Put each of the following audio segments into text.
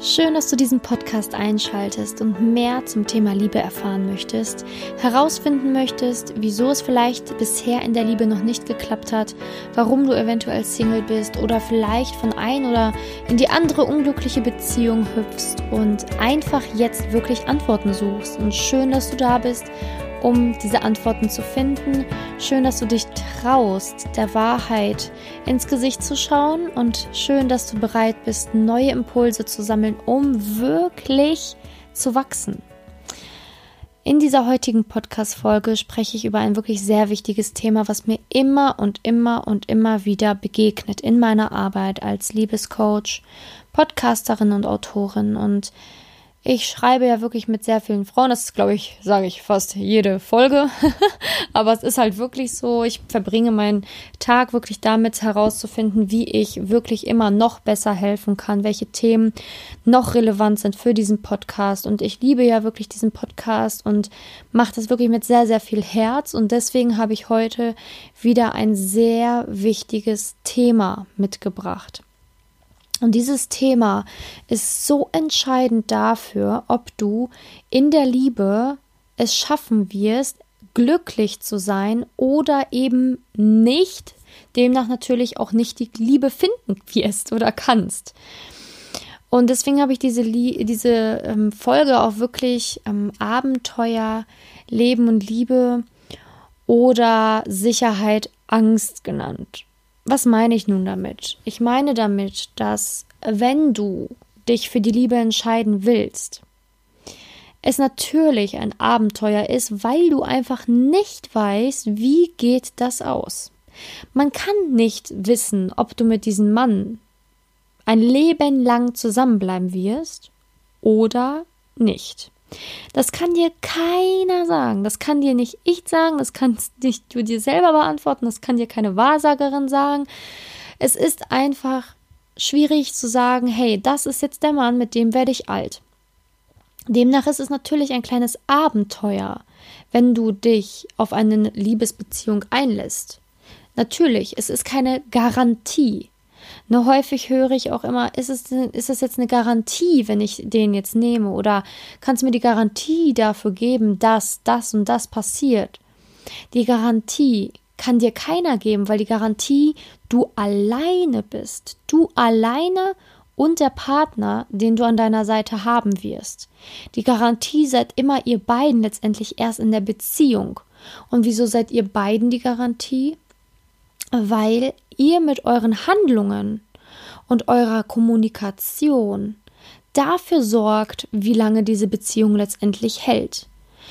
Schön, dass du diesen Podcast einschaltest und mehr zum Thema Liebe erfahren möchtest, herausfinden möchtest, wieso es vielleicht bisher in der Liebe noch nicht geklappt hat, warum du eventuell Single bist oder vielleicht von ein oder in die andere unglückliche Beziehung hüpfst und einfach jetzt wirklich Antworten suchst. Und schön, dass du da bist, um diese Antworten zu finden. Schön, dass du dich traust, der Wahrheit ins Gesicht zu schauen, und schön, dass du bereit bist, neue Impulse zu sammeln, um wirklich zu wachsen. In dieser heutigen Podcast-Folge spreche ich über ein wirklich sehr wichtiges Thema, was mir immer wieder begegnet in meiner Arbeit als Liebescoach, Podcasterin und Autorin. Und ich schreibe ja wirklich mit sehr vielen Frauen, das ist, glaube ich, sage ich fast jede Folge, aber es ist halt wirklich so, ich verbringe meinen Tag wirklich damit herauszufinden, wie ich wirklich immer noch besser helfen kann, welche Themen noch relevant sind für diesen Podcast, und ich liebe ja wirklich diesen Podcast und mache das wirklich mit sehr, sehr viel Herz, und deswegen habe ich heute wieder ein sehr wichtiges Thema mitgebracht. Und dieses Thema ist so entscheidend dafür, ob du in der Liebe es schaffen wirst, glücklich zu sein oder eben nicht, demnach natürlich auch nicht die Liebe finden wirst oder kannst. Und deswegen habe ich diese Folge auch wirklich Abenteuer, Leben und Liebe oder Sicherheit, Angst genannt. Was meine ich nun damit? Ich meine damit, dass wenn du dich für die Liebe entscheiden willst, es natürlich ein Abenteuer ist, weil du einfach nicht weißt, wie geht das aus. Man kann nicht wissen, ob du mit diesem Mann ein Leben lang zusammenbleiben wirst oder nicht. Das kann dir keiner sagen, das kann dir nicht ich sagen, das kannst nicht du dir selber beantworten, das kann dir keine Wahrsagerin sagen. Es ist einfach schwierig zu sagen, hey, das ist jetzt der Mann, mit dem werde ich alt. Demnach ist es natürlich ein kleines Abenteuer, wenn du dich auf eine Liebesbeziehung einlässt. Natürlich, es ist keine Garantie. Nur häufig höre ich auch immer, ist es jetzt eine Garantie, wenn ich den jetzt nehme? Oder kannst du mir die Garantie dafür geben, dass das und das passiert? Die Garantie kann dir keiner geben, weil die Garantie du alleine bist. Du alleine und der Partner, den du an deiner Seite haben wirst. Die Garantie seid immer ihr beiden letztendlich erst in der Beziehung. Und wieso seid ihr beiden die Garantie? Weil ihr mit euren Handlungen und eurer Kommunikation dafür sorgt, wie lange diese Beziehung letztendlich hält.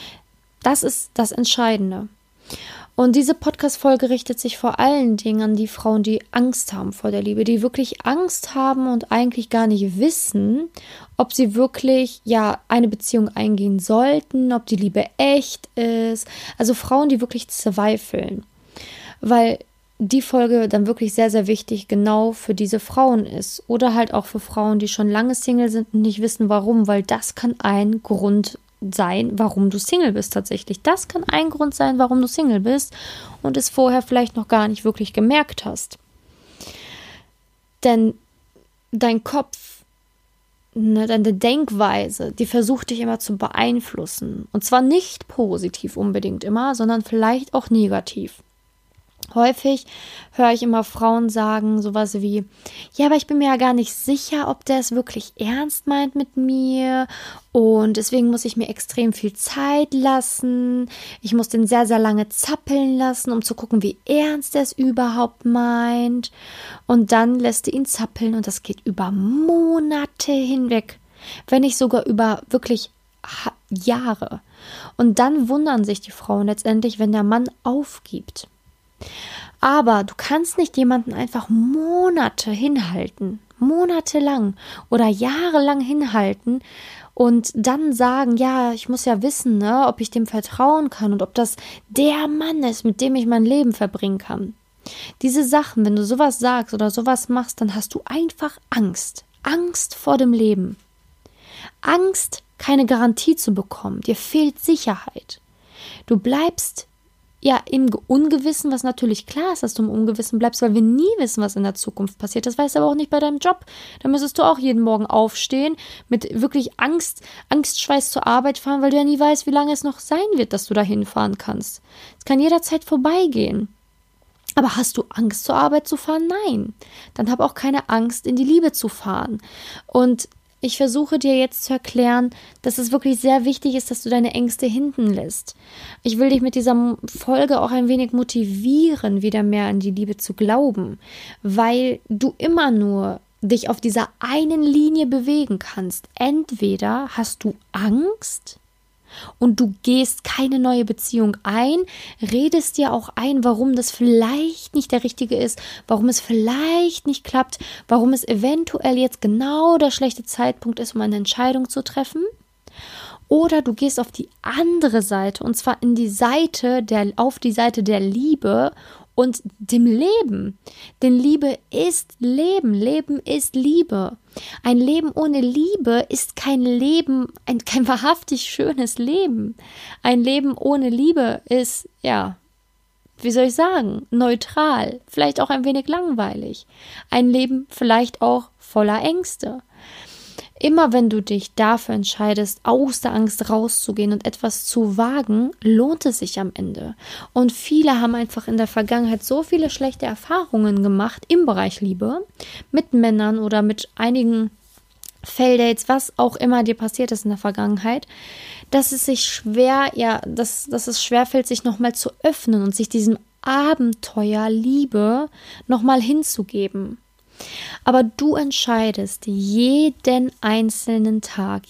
Das ist das Entscheidende. Und diese Podcast-Folge richtet sich vor allen Dingen an die Frauen, die Angst haben vor der Liebe, die wirklich Angst haben und eigentlich gar nicht wissen, ob sie wirklich eine Beziehung eingehen sollten, ob die Liebe echt ist. Also Frauen, die wirklich zweifeln. Weil die Folge dann wirklich sehr, sehr wichtig genau für diese Frauen ist. Oder halt auch für Frauen, die schon lange Single sind und nicht wissen, warum. Weil das kann ein Grund sein, warum du Single bist tatsächlich. Das kann ein Grund sein, warum du Single bist und es vorher vielleicht noch gar nicht wirklich gemerkt hast. Denn dein Kopf, deine Denkweise, die versucht dich immer zu beeinflussen. Und zwar nicht positiv unbedingt immer, sondern vielleicht auch negativ. Häufig höre ich immer Frauen sagen sowas wie, ja, aber ich bin mir ja gar nicht sicher, ob der es wirklich ernst meint mit mir, und deswegen muss ich mir extrem viel Zeit lassen. Ich muss den sehr, sehr lange zappeln lassen, um zu gucken, wie ernst er es überhaupt meint. Und dann lässt du ihn zappeln und das geht über Monate hinweg, wenn nicht sogar über wirklich Jahre. Und dann wundern sich die Frauen letztendlich, wenn der Mann aufgibt. Aber du kannst nicht jemanden einfach Monate hinhalten, monatelang oder jahrelang hinhalten und dann sagen, ja, ich muss ja wissen, ob ich dem vertrauen kann und ob das der Mann ist, mit dem ich mein Leben verbringen kann. Diese Sachen, wenn du sowas sagst oder sowas machst, dann hast du einfach Angst. Angst vor dem Leben. Angst, keine Garantie zu bekommen. Dir fehlt Sicherheit. Du bleibst ja im Ungewissen, was natürlich klar ist, dass du im Ungewissen bleibst, weil wir nie wissen, was in der Zukunft passiert. Das weißt du aber auch nicht bei deinem Job. Da müsstest du auch jeden Morgen aufstehen, mit wirklich Angstschweiß zur Arbeit fahren, weil du ja nie weißt, wie lange es noch sein wird, dass du da hinfahren kannst. Es kann jederzeit vorbeigehen. Aber hast du Angst, zur Arbeit zu fahren? Nein. Dann hab auch keine Angst, in die Liebe zu fahren. Und ich versuche dir jetzt zu erklären, dass es wirklich sehr wichtig ist, dass du deine Ängste hinten lässt. Ich will dich mit dieser Folge auch ein wenig motivieren, wieder mehr an die Liebe zu glauben, weil du immer nur dich auf dieser einen Linie bewegen kannst. Entweder hast du Angst und du gehst keine neue Beziehung ein, redest dir auch ein, warum das vielleicht nicht der richtige ist, warum es vielleicht nicht klappt, warum es eventuell jetzt genau der schlechte Zeitpunkt ist, um eine Entscheidung zu treffen. Oder du gehst auf die andere Seite, und zwar auf die Seite der Liebe und dem Leben. Denn Liebe ist Leben. Leben ist Liebe. Ein Leben ohne Liebe ist kein Leben, kein wahrhaftig schönes Leben. Ein Leben ohne Liebe ist, ja, wie soll ich sagen, neutral, vielleicht auch ein wenig langweilig. Ein Leben vielleicht auch voller Ängste. Immer wenn du dich dafür entscheidest, aus der Angst rauszugehen und etwas zu wagen, lohnt es sich am Ende. Und viele haben einfach in der Vergangenheit so viele schlechte Erfahrungen gemacht im Bereich Liebe, mit Männern oder mit einigen Fail-Dates, was auch immer dir passiert ist in der Vergangenheit, dass es sich dass es schwerfällt, sich nochmal zu öffnen und sich diesem Abenteuer Liebe nochmal hinzugeben. Aber du entscheidest jeden einzelnen Tag,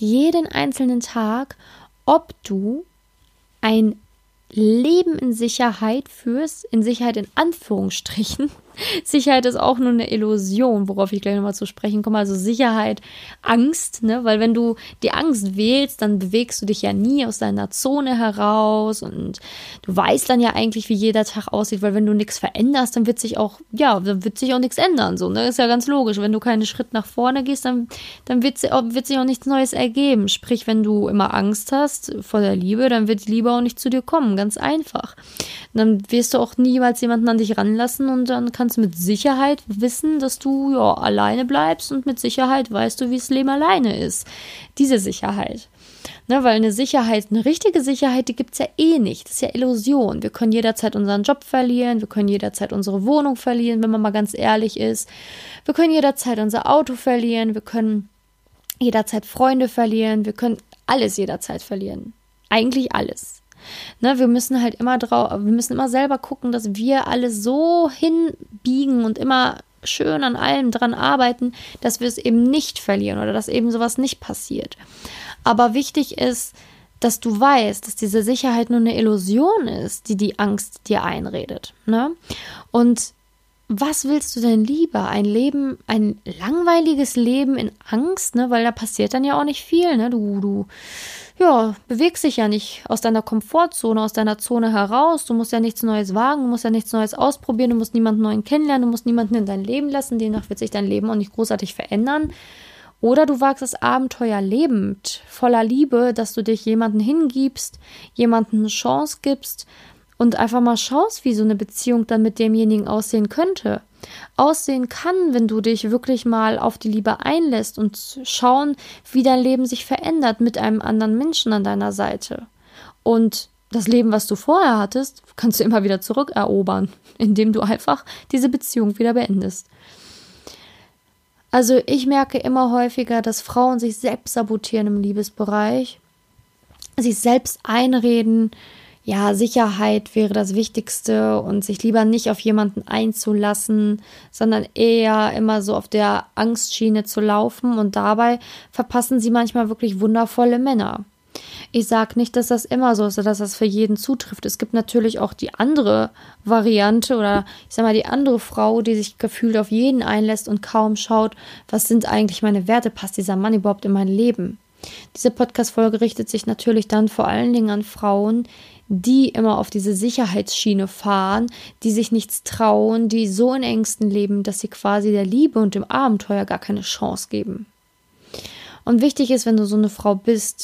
ob du ein Leben in Sicherheit führst, in Sicherheit in Anführungsstrichen. Sicherheit ist auch nur eine Illusion, worauf ich gleich nochmal zu sprechen komme. Also Sicherheit, Angst, ne? Weil wenn du die Angst wählst, dann bewegst du dich ja nie aus deiner Zone heraus und du weißt dann ja eigentlich, wie jeder Tag aussieht, weil wenn du nichts veränderst, dann wird sich auch nichts ändern, so, ne? Ist ja ganz logisch. Wenn du keinen Schritt nach vorne gehst, dann wird sich auch nichts Neues ergeben. Sprich, wenn du immer Angst hast vor der Liebe, dann wird die Liebe auch nicht zu dir kommen, ganz einfach. Dann wirst du auch niemals jemanden an dich ranlassen und dann kannst du mit Sicherheit wissen, dass du alleine bleibst und mit Sicherheit weißt du, wie das Leben alleine ist. Diese Sicherheit. Ne, weil eine richtige Sicherheit, die gibt es ja eh nicht. Das ist ja Illusion. Wir können jederzeit unseren Job verlieren, wir können jederzeit unsere Wohnung verlieren, wenn man mal ganz ehrlich ist. Wir können jederzeit unser Auto verlieren, wir können jederzeit Freunde verlieren, wir können alles jederzeit verlieren. Eigentlich alles. Ne, wir müssen immer selber gucken, dass wir alles so hinbiegen und immer schön an allem dran arbeiten, dass wir es eben nicht verlieren oder dass eben sowas nicht passiert. Aber wichtig ist, dass du weißt, dass diese Sicherheit nur eine Illusion ist, die Angst dir einredet. Ne? Und was willst du denn lieber? Ein langweiliges Leben in Angst, ne? Weil da passiert dann ja auch nicht viel. Ne? Du bewegst dich ja nicht aus deiner Komfortzone, aus deiner Zone heraus. Du musst ja nichts Neues wagen, du musst ja nichts Neues ausprobieren, du musst niemanden Neuen kennenlernen, du musst niemanden in dein Leben lassen, demnach wird sich dein Leben auch nicht großartig verändern. Oder du wagst das Abenteuer lebend, voller Liebe, dass du dich jemanden hingibst, jemanden eine Chance gibst und einfach mal schaust, wie so eine Beziehung dann mit demjenigen aussehen kann, wenn du dich wirklich mal auf die Liebe einlässt und schauen, wie dein Leben sich verändert mit einem anderen Menschen an deiner Seite. Und das Leben, was du vorher hattest, kannst du immer wieder zurückerobern, indem du einfach diese Beziehung wieder beendest. Also ich merke immer häufiger, dass Frauen sich selbst sabotieren im Liebesbereich, sich selbst einreden, ja, Sicherheit wäre das Wichtigste und sich lieber nicht auf jemanden einzulassen, sondern eher immer so auf der Angstschiene zu laufen und dabei verpassen sie manchmal wirklich wundervolle Männer. Ich sage nicht, dass das immer so ist oder dass das für jeden zutrifft. Es gibt natürlich auch die andere Variante oder ich sag mal die andere Frau, die sich gefühlt auf jeden einlässt und kaum schaut, was sind eigentlich meine Werte, passt dieser Mann überhaupt in mein Leben. Diese Podcast-Folge richtet sich natürlich dann vor allen Dingen an Frauen, die immer auf diese Sicherheitsschiene fahren, die sich nichts trauen, die so in Ängsten leben, dass sie quasi der Liebe und dem Abenteuer gar keine Chance geben. Und wichtig ist, wenn du so eine Frau bist,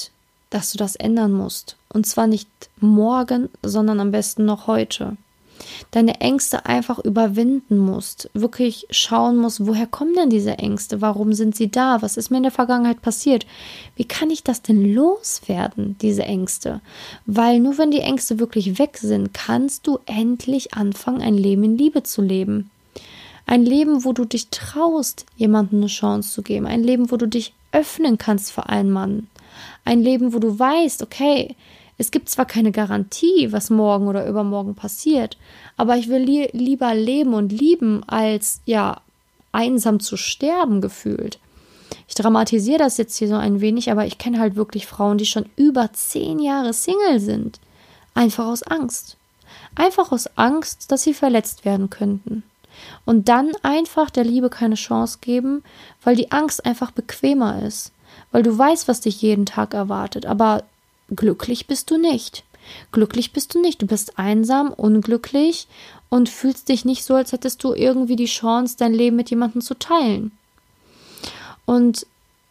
dass du das ändern musst. Und zwar nicht morgen, sondern am besten noch heute. Deine Ängste einfach überwinden musst. Wirklich schauen musst, woher kommen denn diese Ängste? Warum sind sie da? Was ist mir in der Vergangenheit passiert? Wie kann ich das denn loswerden, diese Ängste? Weil nur wenn die Ängste wirklich weg sind, kannst du endlich anfangen, ein Leben in Liebe zu leben. Ein Leben, wo du dich traust, jemandem eine Chance zu geben. Ein Leben, wo du dich öffnen kannst für einen Mann. Ein Leben, wo du weißt, okay, es gibt zwar keine Garantie, was morgen oder übermorgen passiert, aber ich will lieber leben und lieben, als einsam zu sterben gefühlt. Ich dramatisiere das jetzt hier so ein wenig, aber ich kenne halt wirklich Frauen, die schon über 10 Jahre Single sind. Einfach aus Angst. Einfach aus Angst, dass sie verletzt werden könnten. Und dann einfach der Liebe keine Chance geben, weil die Angst einfach bequemer ist. Weil du weißt, was dich jeden Tag erwartet, aber glücklich bist du nicht. Glücklich bist du nicht. Du bist einsam, unglücklich und fühlst dich nicht so, als hättest du irgendwie die Chance, dein Leben mit jemandem zu teilen. Und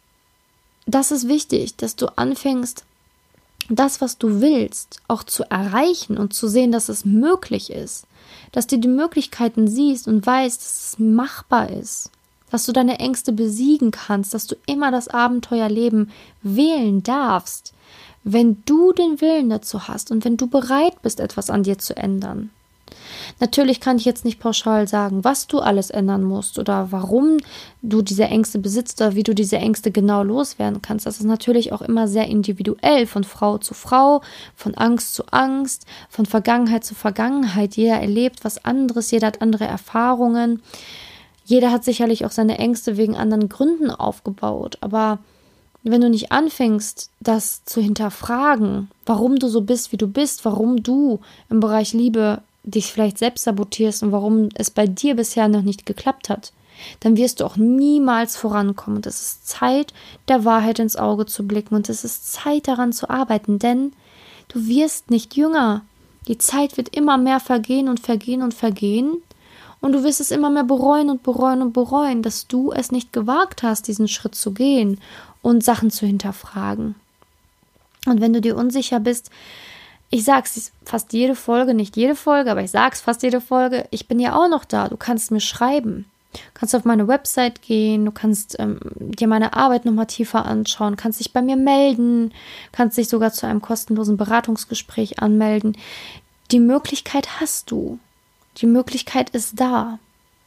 das ist wichtig, dass du anfängst, das, was du willst, auch zu erreichen und zu sehen, dass es möglich ist. Dass du die Möglichkeiten siehst und weißt, dass es machbar ist. Dass du deine Ängste besiegen kannst, dass du immer das Abenteuerleben wählen darfst, wenn du den Willen dazu hast und wenn du bereit bist, etwas an dir zu ändern. Natürlich kann ich jetzt nicht pauschal sagen, was du alles ändern musst oder warum du diese Ängste besitzt oder wie du diese Ängste genau loswerden kannst. Das ist natürlich auch immer sehr individuell, von Frau zu Frau, von Angst zu Angst, von Vergangenheit zu Vergangenheit. Jeder erlebt was anderes, jeder hat andere Erfahrungen. Jeder hat sicherlich auch seine Ängste wegen anderen Gründen aufgebaut, aber wenn du nicht anfängst, das zu hinterfragen, warum du so bist, wie du bist, warum du im Bereich Liebe dich vielleicht selbst sabotierst und warum es bei dir bisher noch nicht geklappt hat, dann wirst du auch niemals vorankommen. Und es ist Zeit, der Wahrheit ins Auge zu blicken und es ist Zeit, daran zu arbeiten, denn du wirst nicht jünger. Die Zeit wird immer mehr vergehen und vergehen und vergehen. Und du wirst es immer mehr bereuen und bereuen und bereuen, dass du es nicht gewagt hast, diesen Schritt zu gehen und Sachen zu hinterfragen. Und wenn du dir unsicher bist, ich sag's fast jede Folge, nicht jede Folge, aber ich sag's fast jede Folge, ich bin ja auch noch da, du kannst mir schreiben. Du kannst auf meine Website gehen, du kannst dir meine Arbeit nochmal tiefer anschauen, kannst dich bei mir melden, kannst dich sogar zu einem kostenlosen Beratungsgespräch anmelden. Die Möglichkeit hast du. Die Möglichkeit ist da.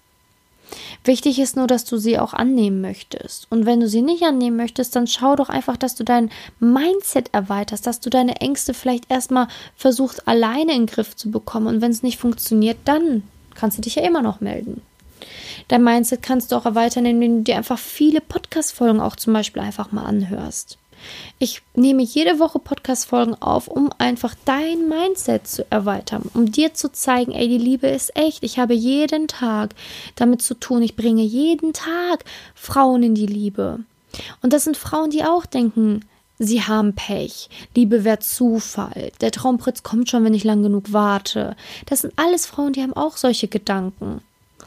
Wichtig ist nur, dass du sie auch annehmen möchtest. Und wenn du sie nicht annehmen möchtest, dann schau doch einfach, dass du dein Mindset erweiterst, dass du deine Ängste vielleicht erstmal versuchst, alleine in den Griff zu bekommen. Und wenn es nicht funktioniert, dann kannst du dich ja immer noch melden. Dein Mindset kannst du auch erweitern, indem du dir einfach viele Podcast-Folgen auch zum Beispiel einfach mal anhörst. Ich nehme jede Woche Podcast-Folgen auf, um einfach dein Mindset zu erweitern, um dir zu zeigen, ey, die Liebe ist echt. Ich habe jeden Tag damit zu tun. Ich bringe jeden Tag Frauen in die Liebe. Und das sind Frauen, die auch denken, sie haben Pech. Liebe wäre Zufall. Der Traumprinz kommt schon, wenn ich lang genug warte. Das sind alles Frauen, die haben auch solche Gedanken.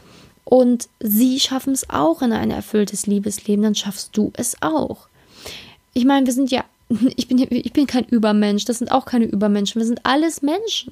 Und sie schaffen es auch in ein erfülltes Liebesleben, dann schaffst du es auch. Ich meine, wir sind ja, ich bin kein Übermensch, das sind auch keine Übermenschen, wir sind alles Menschen.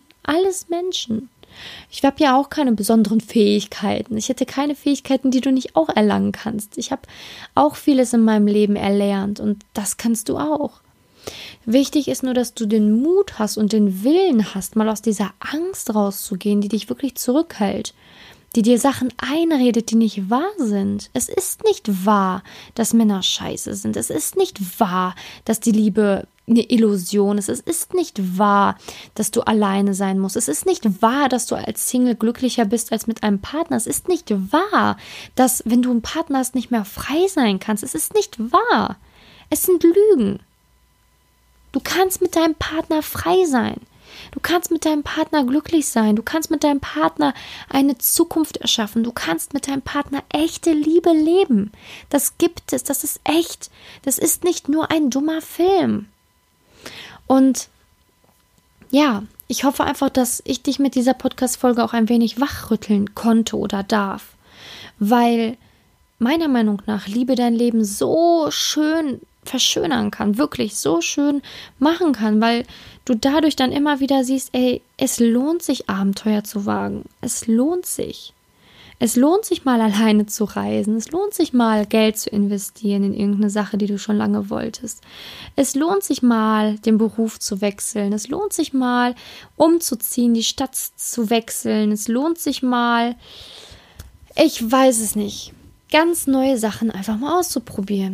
Ich habe ja auch keine besonderen Fähigkeiten. Ich hätte keine Fähigkeiten, die du nicht auch erlangen kannst. Ich habe auch vieles in meinem Leben erlernt und das kannst du auch. Wichtig ist nur, dass du den Mut hast und den Willen hast, mal aus dieser Angst rauszugehen, die dich wirklich zurückhält. Die dir Sachen einredet, die nicht wahr sind. Es ist nicht wahr, dass Männer scheiße sind. Es ist nicht wahr, dass die Liebe eine Illusion ist. Es ist nicht wahr, dass du alleine sein musst. Es ist nicht wahr, dass du als Single glücklicher bist als mit einem Partner. Es ist nicht wahr, dass, wenn du einen Partner hast, nicht mehr frei sein kannst. Es ist nicht wahr. Es sind Lügen. Du kannst mit deinem Partner frei sein. Du kannst mit deinem Partner glücklich sein. Du kannst mit deinem Partner eine Zukunft erschaffen. Du kannst mit deinem Partner echte Liebe leben. Das gibt es. Das ist echt. Das ist nicht nur ein dummer Film. Und ja, ich hoffe einfach, dass ich dich mit dieser Podcast-Folge auch ein wenig wachrütteln konnte oder darf. Weil meiner Meinung nach Liebe dein Leben so schön verschönern kann, wirklich so schön machen kann, weil du dadurch dann immer wieder siehst, ey, es lohnt sich, Abenteuer zu wagen. Es lohnt sich. Es lohnt sich mal alleine zu reisen. Es lohnt sich mal Geld zu investieren in irgendeine Sache, die du schon lange wolltest. Es lohnt sich mal, den Beruf zu wechseln. Es lohnt sich mal, umzuziehen, die Stadt zu wechseln. Es lohnt sich mal, ich weiß es nicht, ganz neue Sachen einfach mal auszuprobieren.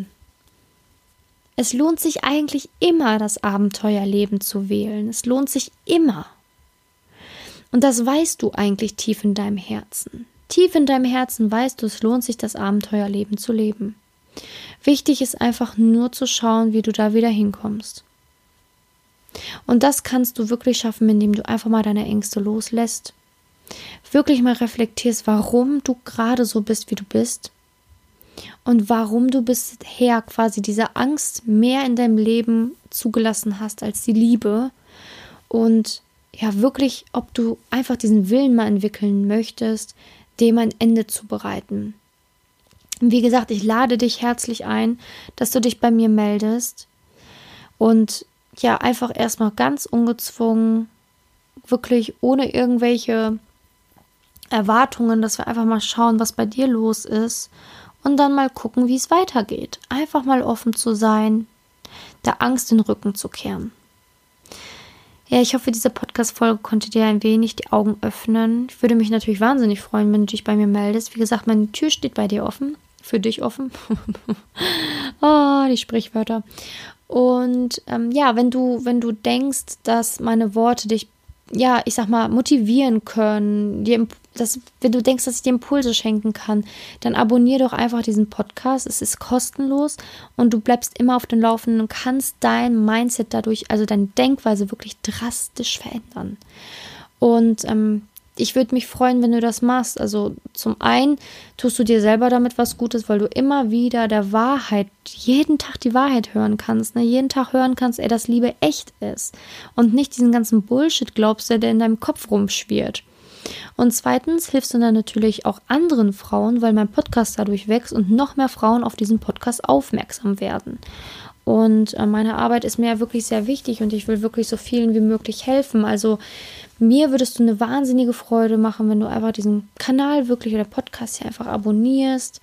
Es lohnt sich eigentlich immer, das Abenteuerleben zu wählen. Es lohnt sich immer. Und das weißt du eigentlich tief in deinem Herzen. Tief in deinem Herzen weißt du, es lohnt sich, das Abenteuerleben zu leben. Wichtig ist einfach nur zu schauen, wie du da wieder hinkommst. Und das kannst du wirklich schaffen, indem du einfach mal deine Ängste loslässt. Wirklich mal reflektierst, warum du gerade so bist, wie du bist. Und warum du bisher quasi diese Angst mehr in deinem Leben zugelassen hast als die Liebe. Und ja, wirklich, ob du einfach diesen Willen mal entwickeln möchtest, dem ein Ende zu bereiten. Und wie gesagt, ich lade dich herzlich ein, dass du dich bei mir meldest. Und ja, einfach erstmal ganz ungezwungen, wirklich ohne irgendwelche Erwartungen, dass wir einfach mal schauen, was bei dir los ist. Und dann mal gucken, wie es weitergeht. Einfach mal offen zu sein, der Angst den Rücken zu kehren. Ja, ich hoffe, diese Podcast-Folge konnte dir ein wenig die Augen öffnen. Ich würde mich natürlich wahnsinnig freuen, wenn du dich bei mir meldest. Wie gesagt, meine Tür steht bei dir offen. Für dich offen. Oh, die Sprichwörter. Und ja, wenn du denkst, dass meine Worte dich, ja, ich sag mal, motivieren können, wenn du denkst, dass ich dir Impulse schenken kann, dann abonniere doch einfach diesen Podcast. Es ist kostenlos und du bleibst immer auf dem Laufenden und kannst dein Mindset dadurch, also deine Denkweise wirklich drastisch verändern. Und ich würde mich freuen, wenn du das machst. Also zum einen tust du dir selber damit was Gutes, weil du immer wieder der Wahrheit, jeden Tag die Wahrheit hören kannst. Ne? Jeden Tag hören kannst, dass Liebe echt ist. Und nicht diesen ganzen Bullshit glaubst, der in deinem Kopf rumschwirrt. Und zweitens hilfst du dann natürlich auch anderen Frauen, weil mein Podcast dadurch wächst und noch mehr Frauen auf diesen Podcast aufmerksam werden. Und meine Arbeit ist mir ja wirklich sehr wichtig und ich will wirklich so vielen wie möglich helfen. Also mir würdest du eine wahnsinnige Freude machen, wenn du einfach diesen Kanal wirklich oder Podcast hier einfach abonnierst.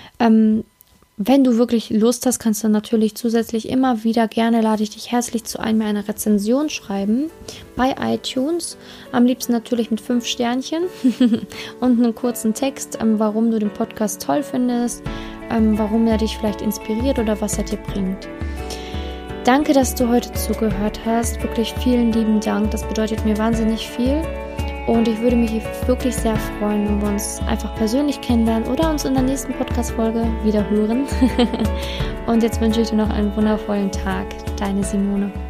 Wenn du wirklich Lust hast, kannst du natürlich zusätzlich immer wieder gerne, lade ich dich herzlich zu ein, mir eine Rezension schreiben bei iTunes. Am liebsten natürlich mit 5 Sternchen und einen kurzen Text, warum du den Podcast toll findest, warum er dich vielleicht inspiriert oder was er dir bringt. Danke, dass du heute zugehört hast. Wirklich vielen lieben Dank. Das bedeutet mir wahnsinnig viel. Und ich würde mich wirklich sehr freuen, wenn wir uns einfach persönlich kennenlernen oder uns in der nächsten Podcast-Folge wieder hören. Und jetzt wünsche ich dir noch einen wundervollen Tag. Deine Simone.